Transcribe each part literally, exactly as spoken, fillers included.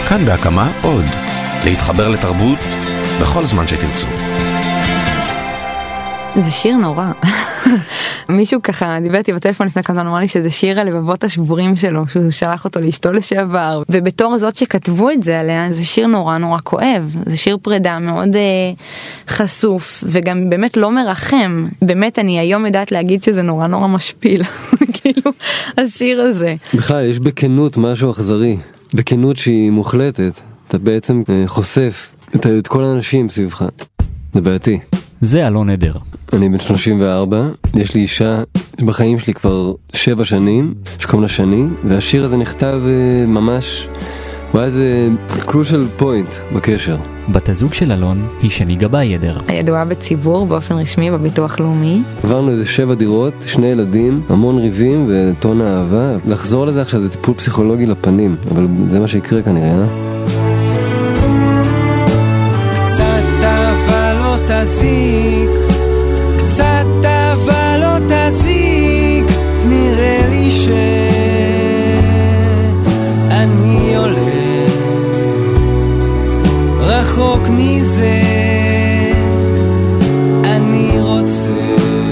כאן בהקמה עוד. להתחבר לתרבות בכל זמן שתרצו. זה שיר נורא. מישהו ככה דיבר איתי בטלפון לפני כמה זמן, אמר לי שזה שיר הלבבות השבורים שלו, שהוא שלח אותו לאשתו לשעבר, ובתור זאת שכתבו את זה עליה, זה שיר נורא נורא כואב, זה שיר פרידה מאוד אה, חשוף, וגם באמת לא מרחם. באמת אני היום יודעת להגיד שזה נורא נורא משפיל, כאילו השיר הזה. בכלל יש בכנות משהו אכזרי, בכנות שהיא מוחלטת, אתה בעצם אה, חושף את, את כל האנשים סביבך, זה בעייתי. זה אלון עדר. אני בן שלושים וארבע, יש לי אישה בחיים שלי כבר שבע שנים, שקוראים לה שני, והשיר הזה נכתב ממש, הוא היה איזה crucial point בקשר. בת הזוג של אלון היא שני גבאי עדר. הידועה בציבור באופן רשמי בביטוח לאומי. עברנו איזה שבע דירות, שני ילדים, המון ריבים וטון אהבה. לחזור לזה עכשיו זה טיפול פסיכולוגי לפנים, אבל זה מה שיקרה כנראה, אה? תזיק, קצת אהבה לא תזיק, נראה לי שאני הולך רחוק מזה, אני רוצה.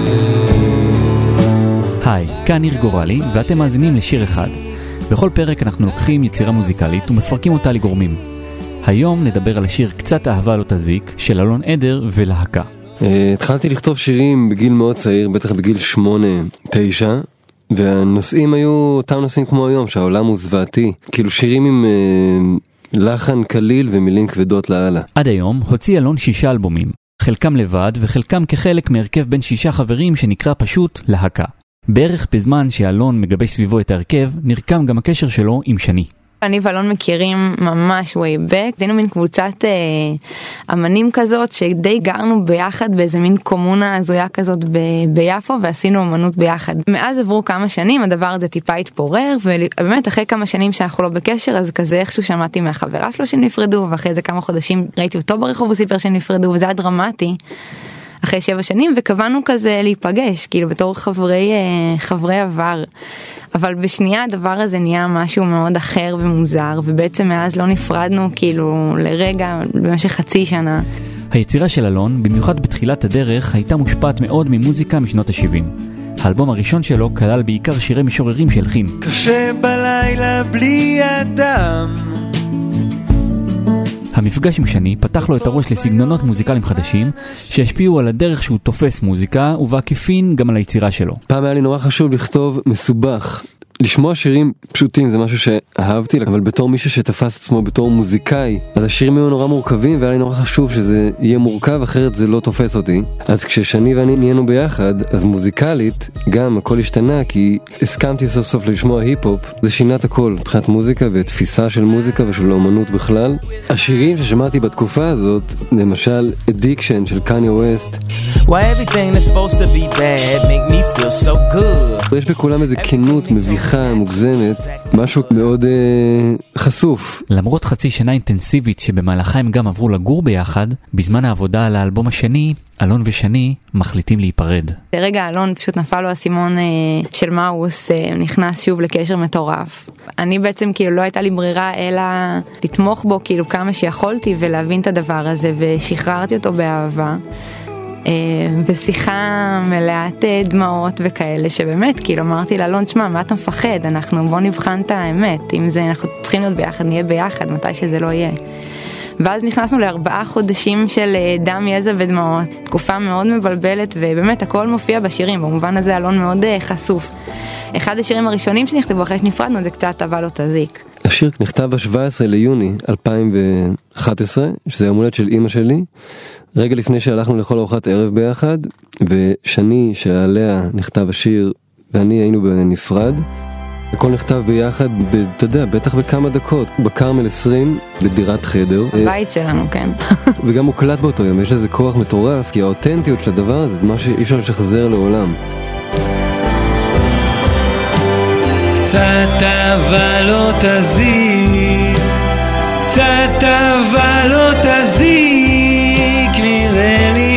היי, כאן ניר גורלי ואתם מאזינים לשיר אחד. בכל פרק אנחנו לוקחים יצירה מוזיקלית ומפרקים אותה לגורמים. היום נדבר על השיר קצת אהבה לא תזיק של אלון עדר ולהקה. התחלתי לכתוב שירים בגיל מאוד צעיר, בטח בגיל שמונה, תשע, והנושאים היו אותם נושאים כמו היום, שהעולם הוא זוועתי, כאילו שירים עם אה, לחן קליל ומילים כבדות לאללה. עד היום הוציא אלון שישה אלבומים, חלקם לבד וחלקם כחלק מהרכב בין שישה חברים שנקרא פשוט להקה. בערך בזמן שאלון מגבש סביבו את ההרכב, נרקם גם הקשר שלו עם שני. אני ואלון מכירים ממש way back, היינו מין קבוצת אה, אמנים כזאת שדי גרנו ביחד באיזה מין קומונה הזויה כזאת ב- ביפו ועשינו אמנות ביחד. מאז עברו כמה שנים, הדבר הזה טיפה התפורר, ובאמת אחרי כמה שנים שאנחנו לא בקשר, אז כזה איכשהו שמעתי מהחברה שלו שנפרדו, ואחרי זה כמה חודשים ראיתי אותו ברחוב וסיפר שנפרדו, וזה היה דרמטי. אחרי שבע שנים, וקבענו כזה להיפגש, כאילו בתור חברי, חברי עבר. אבל בשנייה הדבר הזה נהיה משהו מאוד אחר ומוזר, ובעצם מאז לא נפרדנו כאילו לרגע במשך חצי שנה. היצירה של אלון, במיוחד בתחילת הדרך, הייתה מושפעת מאוד ממוזיקה משנות ה-שבעים. האלבום הראשון שלו כלל בעיקר שירי משוררים שהלחין. קשה בלילה בלי אדם. המפגש עם שני פתח לו את הראש לסגנונות מוזיקליים חדשים שהשפיעו על הדרך שהוא תופס מוזיקה ובעקיפין גם על היצירה שלו. פעם היה לי נורא חשוב לכתוב מסובך. לשמוע שירים פשוטים זה משהו שאהבתי, אבל בתור מישהו שתפס עצמו בתור מוזיקאי, אז השירים היו נורא מורכבים והיה לי נורא חשוב שזה יהיה מורכב, אחרת זה לא תופס אותי. אז כששני ואני נהיינו ביחד, אז מוזיקלית גם הכל השתנה, כי הסכמתי סוף סוף לשמוע היפ-הופ. זה שינה את הכל, מבחינת מוזיקה ותפיסה של מוזיקה ושל האמנות בכלל. השירים ששמעתי בתקופה הזאת, למשל Addiction של קניה ווסט, everything that's supposed to be bad make me feel so good. יש בכולם איזה כנות מביכה, מוגזמת, משהו מאוד אה, חשוף. למרות חצי שנה אינטנסיבית שבמהלכה הם גם עברו לגור ביחד, בזמן העבודה על האלבום השני, אלון ושני מחליטים להיפרד. לרגע אלון פשוט נפל לו הסימון אה, של מה הוא עושה, נכנס שוב לקשר מטורף. אני בעצם כאילו לא הייתה לי ברירה אלא לתמוך בו כאילו כמה שיכולתי ולהבין את הדבר הזה, ושחררתי אותו באהבה. ושיחה מלאת דמעות וכאלה, שבאמת כאילו אמרתי לאלון, שמע, מה אתה מפחד? אנחנו בוא נבחן את האמת, אם זה אנחנו צריכים להיות ביחד, נהיה ביחד מתי שזה לא יהיה. ואז נכנסנו לארבעה חודשים של דם, יזע ודמעות, תקופה מאוד מבלבלת, ובאמת הכל מופיע בשירים, במובן הזה אלון מאוד חשוף. אחד השירים הראשונים שנכתבו אחרי שנפרדנו זה קצת אהבה לא תזיק. השיר נכתב ב-שבעה עשר ליוני אלפיים ואחת עשרה, שזה יום הולדת של אמא שלי, רגע לפני שהלכנו לכל ארוחת ערב ביחד, ושני שעליה נכתב השיר ואני היינו בנפרד. הכל נכתב ביחד, אתה יודע, בטח בכמה דקות, בקרמל עשרים, בדירת חדר. בית שלנו, כן. וגם מוקלט באותו יום, יש לזה כוח מטורף, כי האותנטיות של הדבר הזה זה מה שאי אפשר לשחזר לעולם. קצת אהבה לא תזיק, קצת אהבה לא תזיק, נראה לי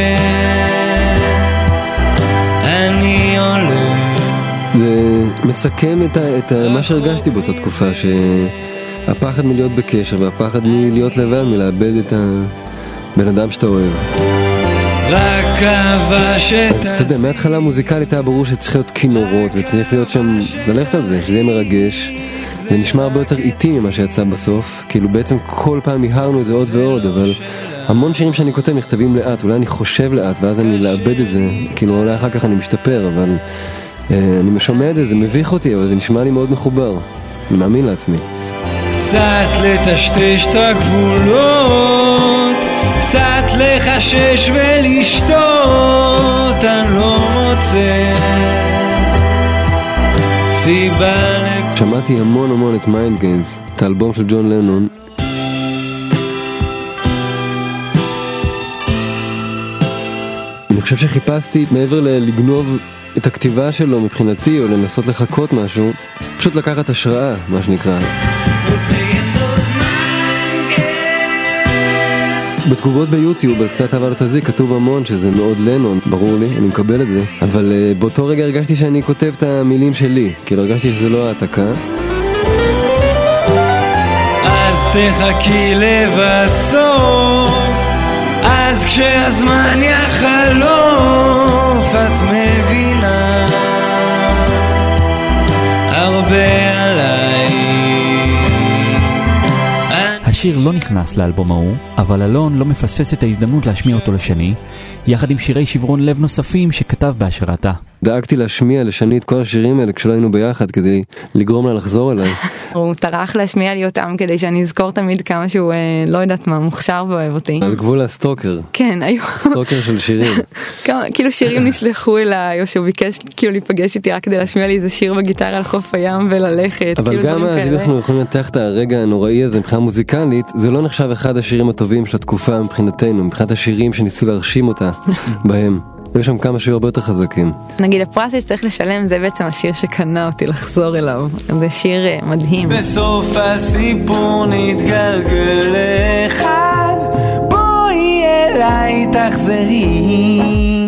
שאני עולה. זה מסכם את, ה, את ה, מה שהרגשתי באותה תקופה, ש... הפחד מלהיות בקשר והפחד מלהיות לבד, מלאבד את הבן אדם שאתה אוהב. רק אהבה שאתה... אתה יודע, מההתחלה המוזיקלית היה ברור שצריך להיות כינורות וצריך להיות שם, ללכת על זה, שזה יהיה מרגש. זה נשמע הרבה יותר איטי ממה שיצא בסוף, כאילו בעצם כל פעם יהרנו את זה עוד ועוד, אבל המון שירים שאני כותב נכתבים לאט, אולי אני חושב לאט ואז אני לאבד את זה, כאילו אולי אחר כך אני משתפר, אבל אה, אני משומע את זה, זה מביך אותי, אבל זה נשמע לי מאוד מחובר, אני מאמין לעצמי. קצת לטשטש את הגבולות, קצת לחשש ולשתות, אני לא מוצא סיבה ל... שמעתי המון המון את מיינד גיימס, את האלבום של ג'ון לנון. אני חושב שחיפשתי מעבר ללגנוב את הכתיבה שלו מבחינתי או לנסות לחכות משהו, פשוט לקחת השראה, מה שנקרא. בתגובות ביוטיוב על קצת אהבה לא תזיק כתוב המון שזה מאוד לנון, ברור לי, אני מקבל את זה, אבל uh, באותו רגע הרגשתי שאני כותב את המילים שלי, כאילו הרגשתי שזה לא העתקה. אז תחכי לבסוף, אז כשהזמן יחלוף את מבינה הרבה עליי. השיר לא נכנס לאלבום ההוא, אבל אלון לא מפספס את ההזדמנות להשמיע אותו לשני, יחד עם שירי שברון לב נוספים שכתב בהשראתה. דאגתי להשמיע לשני את כל השירים האלה כשלא היינו ביחד כדי לגרום לה לחזור אליי. הוא טרח להשמיע לי אותם כדי שאני אזכור תמיד כמה שהוא לא יודעת מה, מוכשר ואוהב אותי. על גבול הסטוקר. כן, היו. סטוקר של שירים. כאילו שירים נשלחו אליי, או שהוא ביקש כאילו להיפגש איתי רק כדי להשמיע לי איזה שיר בגיטרה על חוף הים וללכת. אבל גם אז אם אנחנו יכולים לתח את הרגע הנוראי הזה מבחינה מוזיקלית, זה לא נחשב אחד השירים הטובים של התקופה מבחינתנו, מבחינת השירים שניסו להרשים אותה בהם. יש שם כמה שירים הרבה יותר חזקים. נגיד הפרס שצריך לשלם זה בעצם השיר שקנה אותי לחזור אליו. זה שיר מדהים. בסוף הסיפור נתגלגל אחד, בואי אליי תחזרי.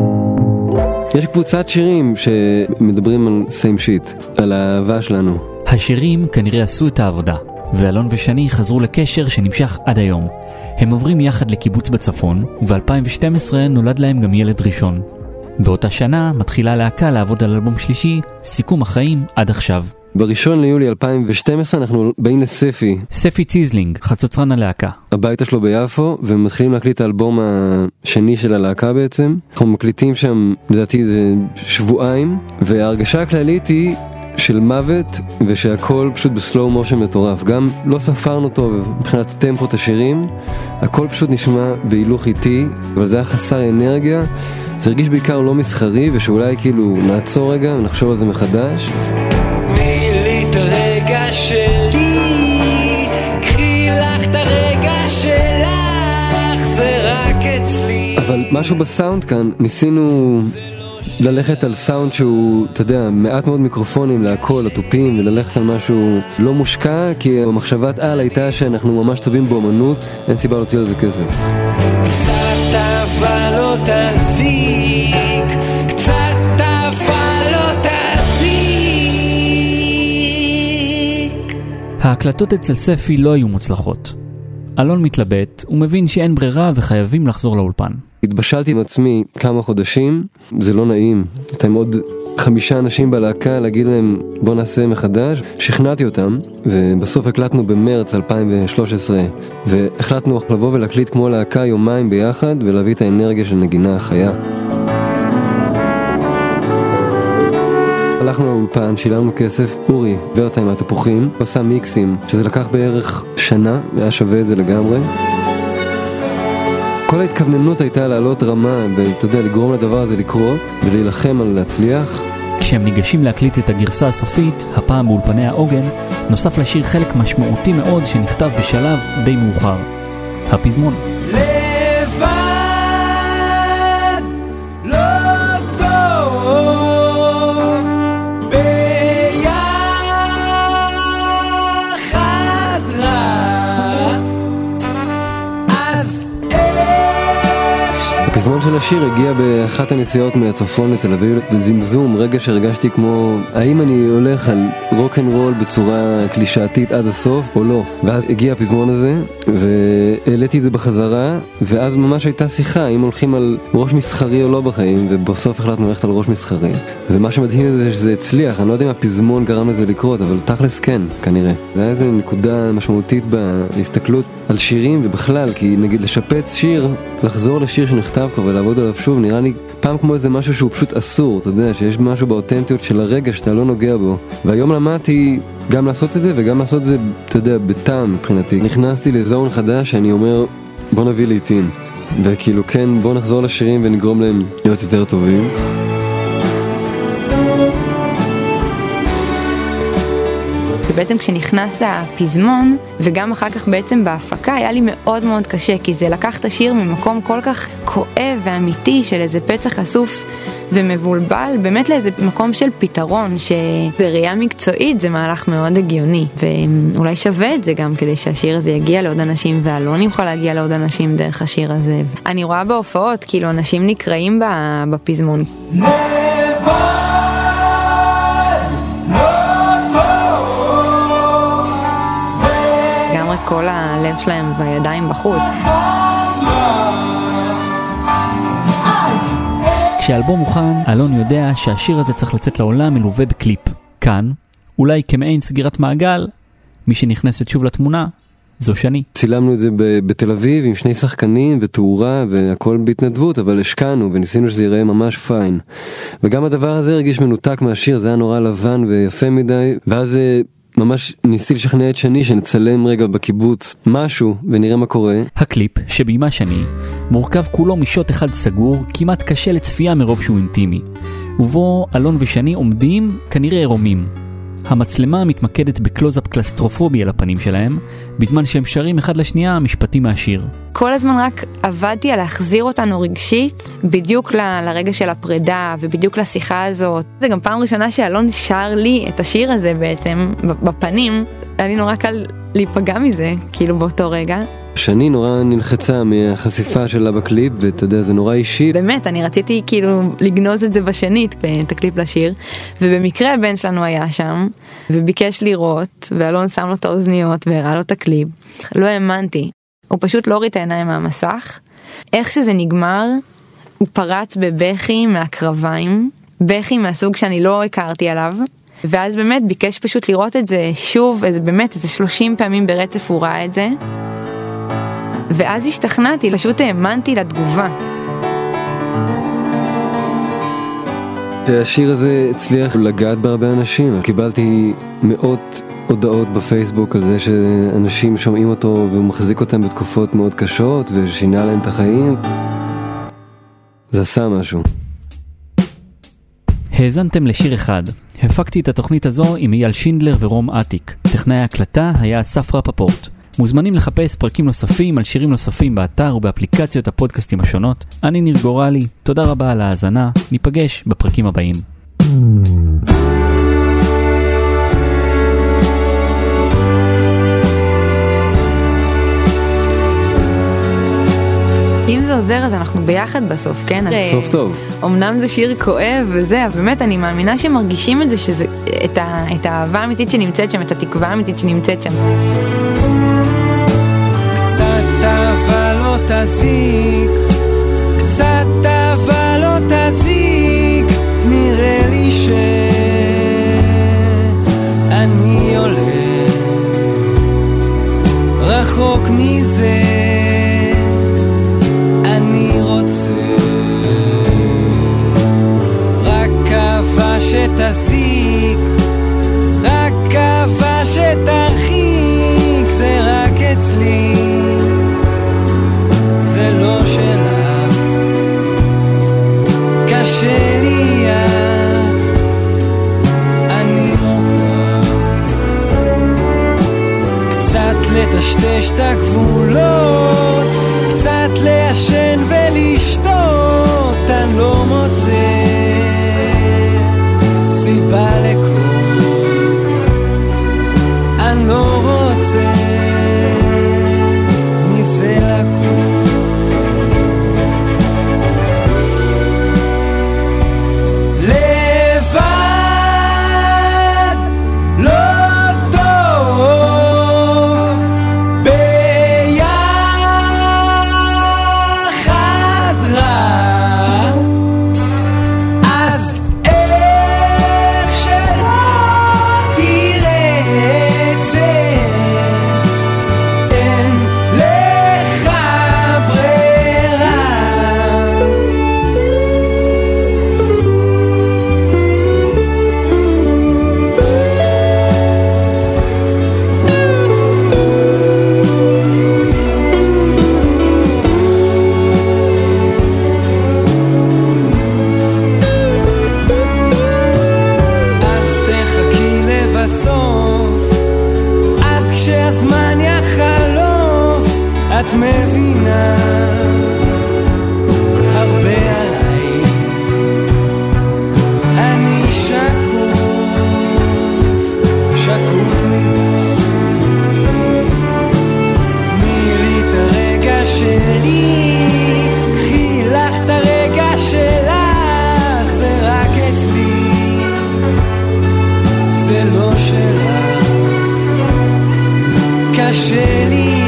יש קבוצת שירים שמדברים על same shit, על האהבה שלנו. השירים כנראה עשו את העבודה, ואלון ושני חזרו לקשר שנמשך עד היום. הם עוברים יחד לקיבוץ בצפון, וב-אלפיים ושתים עשרה נולד להם גם ילד ראשון. באותה שנה מתחילה להקה לעבוד על אלבום שלישי, סיכום החיים עד עכשיו. בראשון ליולי אלפיים ושתים עשרה אנחנו באים לספי. ספי ציזלינג, חצוצרן הלהקה. הביתה שלו ביפו, ומתחילים להקליט את האלבום השני של הלהקה בעצם. אנחנו מקליטים שם, לדעתי זה שבועיים, וההרגשה הכללית היא של מוות, ושהכל פשוט בסלואו מושן מטורף. גם לא ספרנו טוב מבחינת טמפות השירים, הכל פשוט נשמע בהילוך איטי, אבל זה היה חסר אנרגיה. זה הרגיש בעיקר לא מסחרי, ושאולי כאילו נעצור רגע ונחשוב על זה מחדש. תני לי את הרגע שלי, קחי לך את הרגע שלך, זה רק אצלי. אבל משהו בסאונד כאן, ניסינו ללכת על סאונד שהוא, אתה יודע, מעט מאוד מיקרופונים להכל, לטופים, וללכת על משהו לא מושקע, כי המחשבת על הייתה שאנחנו ממש טובים באמנות, אין סיבה להוציא על זה כסף. קצת אהבה לא תזיק, קצת אהבה לא תזיק. ההקלטות אצל ספי לא היו מוצלחות. אלון מתלבט, הוא מבין שאין ברירה וחייבים לחזור לאולפן. התבשלתי עם עצמי כמה חודשים, זה לא נעים. הייתה עם עוד חמישה אנשים בלהקה להגיד להם בוא נעשה מחדש. שכנעתי אותם, ובסוף הקלטנו במרץ אלפיים ושלוש עשרה, והחלטנו לבוא ולהקליט כמו להקה יומיים ביחד, ולהביא את האנרגיה של נגינה החיה. הלכנו לאולפן, שילמנו כסף, אורי ורטה עם התפוחים, עשה מיקסים, שזה לקח בערך שנה, והיה שווה את זה לגמרי. כל ההתכווננות הייתה לעלות רמה, ואתה יודע, לגרום לדבר הזה לקרות, ולהילחם על להצליח. כשהם ניגשים להקליט את הגרסה הסופית, הפעם באולפני העוגן, נוסף לשיר חלק משמעותי מאוד שנכתב בשלב די מאוחר. הפזמון. הפזמון של השיר הגיע באחת הנסיעות מהצפון לתל אביב, זה זמזום, רגע שהרגשתי כמו האם אני הולך על רוק אנד רול בצורה קלישאתית עד הסוף או לא. ואז הגיע הפזמון הזה והעליתי את זה בחזרה, ואז ממש הייתה שיחה אם הולכים על ראש מסחרי או לא בחיים, ובסוף החלטנו ללכת על ראש מסחרי. ומה שמדהים זה שזה הצליח, אני לא יודע אם הפזמון גרם לזה לקרות, אבל תכלס כן, כנראה. זה היה איזו נקודה משמעותית בהסתכלות על שירים ובכלל, כי נגיד לשפץ שיר, לחזור לשיר שנכתב כבר ולעבוד עליו שוב, נראה לי פעם כמו איזה משהו שהוא פשוט אסור, אתה יודע, שיש משהו באותנטיות של הרגע שאתה לא נוגע בו. והיום למדתי גם לעשות את זה וגם לעשות את זה, אתה יודע, בטעם מבחינתי. נכנסתי לזון חדש, אני אומר, בוא נביא לעיתים. וכאילו כן, בוא נחזור לשירים ונגרום להם להיות יותר טובים. ובעצם כשנכנס הפזמון, וגם אחר כך בעצם בהפקה, היה לי מאוד מאוד קשה, כי זה לקח את השיר ממקום כל כך כואב ואמיתי של איזה פצע חשוף ומבולבל, באמת לאיזה מקום של פתרון, שבראייה מקצועית זה מהלך מאוד הגיוני, ואולי שווה את זה גם כדי שהשיר הזה יגיע לעוד אנשים, ואלון יוכל להגיע לעוד אנשים דרך השיר הזה. אני רואה בהופעות, כאילו אנשים נקראים בפזמון. כל הלב שלהם והידיים בחוץ. כשהאלבום מוכן, אלון יודע שהשיר הזה צריך לצאת לעולם מלווה בקליפ. כאן, אולי כמעין סגירת מעגל, מי שנכנסת שוב לתמונה, זו שני. צילמנו את זה בתל אביב עם שני שחקנים ותאורה והכל בהתנדבות, אבל השקענו וניסינו שזה ייראה ממש פיין. וגם הדבר הזה הרגיש מנותק מהשיר, זה היה נורא לבן ויפה מדי, ואז ממש ניסי לשכנע את שני שנצלם רגע בקיבוץ משהו ונראה מה קורה. הקליפ שביימה שני מורכב כולו משוט אחד סגור, כמעט קשה לצפייה מרוב שהוא אינטימי, ובו אלון ושני עומדים כנראה עירומים. המצלמה מתמקדת בקלוזאפ קלסטרופובי על הפנים שלהם, בזמן שהם שרים אחד לשנייה משפטים מהשיר. כל הזמן רק עבדתי על להחזיר אותנו רגשית, בדיוק ל- לרגע של הפרידה, ובדיוק לשיחה הזאת. זה גם פעם ראשונה שאלון שר לי את השיר הזה בעצם, בפנים. היה לי נורא קל להיפגע מזה, כאילו באותו רגע. שני נורא נלחצה מהחשיפה שלה בקליפ, ואתה יודע, זה נורא אישי. באמת, אני רציתי כאילו לגנוז את זה בשנית, את הקליפ לשיר, ובמקרה הבן שלנו היה שם, וביקש לראות, ואלון שם לו את האוזניות, והראה לו את הקליפ. לא האמנתי. הוא פשוט לא הוריד את העיניים מהמסך. איך שזה נגמר, הוא פרץ בבכי מהקרביים, בכי מהסוג שאני לא הכרתי עליו, ואז באמת ביקש פשוט לראות את זה שוב, איזה באמת, איזה שלושים פעמים ברצף הוא ראה את זה. ואז השתכנעתי, פשוט האמנתי לתגובה. השיר הזה הצליח לגעת בהרבה אנשים. קיבלתי מאות הודעות בפייסבוק על זה שאנשים שומעים אותו והוא מחזיק אותם בתקופות מאוד קשות ושינה להם את החיים. זה עשה משהו. האזנתם לשיר אחד. הפקתי את התוכנית הזו עם אייל שינדלר ורום עתיק. טכנאי ההקלטה היה אסף רפפורט. מוזמנים לחפש פרקים נוספים על שירים נוספים באתר ובאפליקציות הפודקאסטים השונות. אני ניר גורלי, תודה רבה על ההאזנה, ניפגש בפרקים הבאים. אם זה עוזר אז אנחנו ביחד בסוף, כן? סוף טוב. אמנם זה שיר כואב וזה, אבל באמת אני מאמינה שמרגישים את זה, שזה, את, ה, את האהבה האמיתית שנמצאת שם, את התקווה האמיתית שנמצאת שם. קצת אהבה לא תזיק, קצת אהבה לא תזיק, נראה לי שאני הולך רחוק מזה, אני רוצה רק אהבה שתזיק, רק אהבה שתרחיק, זה רק אצלי, זה לא שלך, קשה לי אך אני מוכרח קצת לטשטש את הגבולות, קצת לישן ולשתות, אני לא מוצא סיבה לכלום, אני לא רוצה מזה לקום. הזמן יחלוף, את מבינה הרבה עליי, אני שקוף, שקוף מדי. תני לי את הרגע שלי, קחי לך את הרגע שלך, זה רק אצלי, זה לא שלך, קשה לי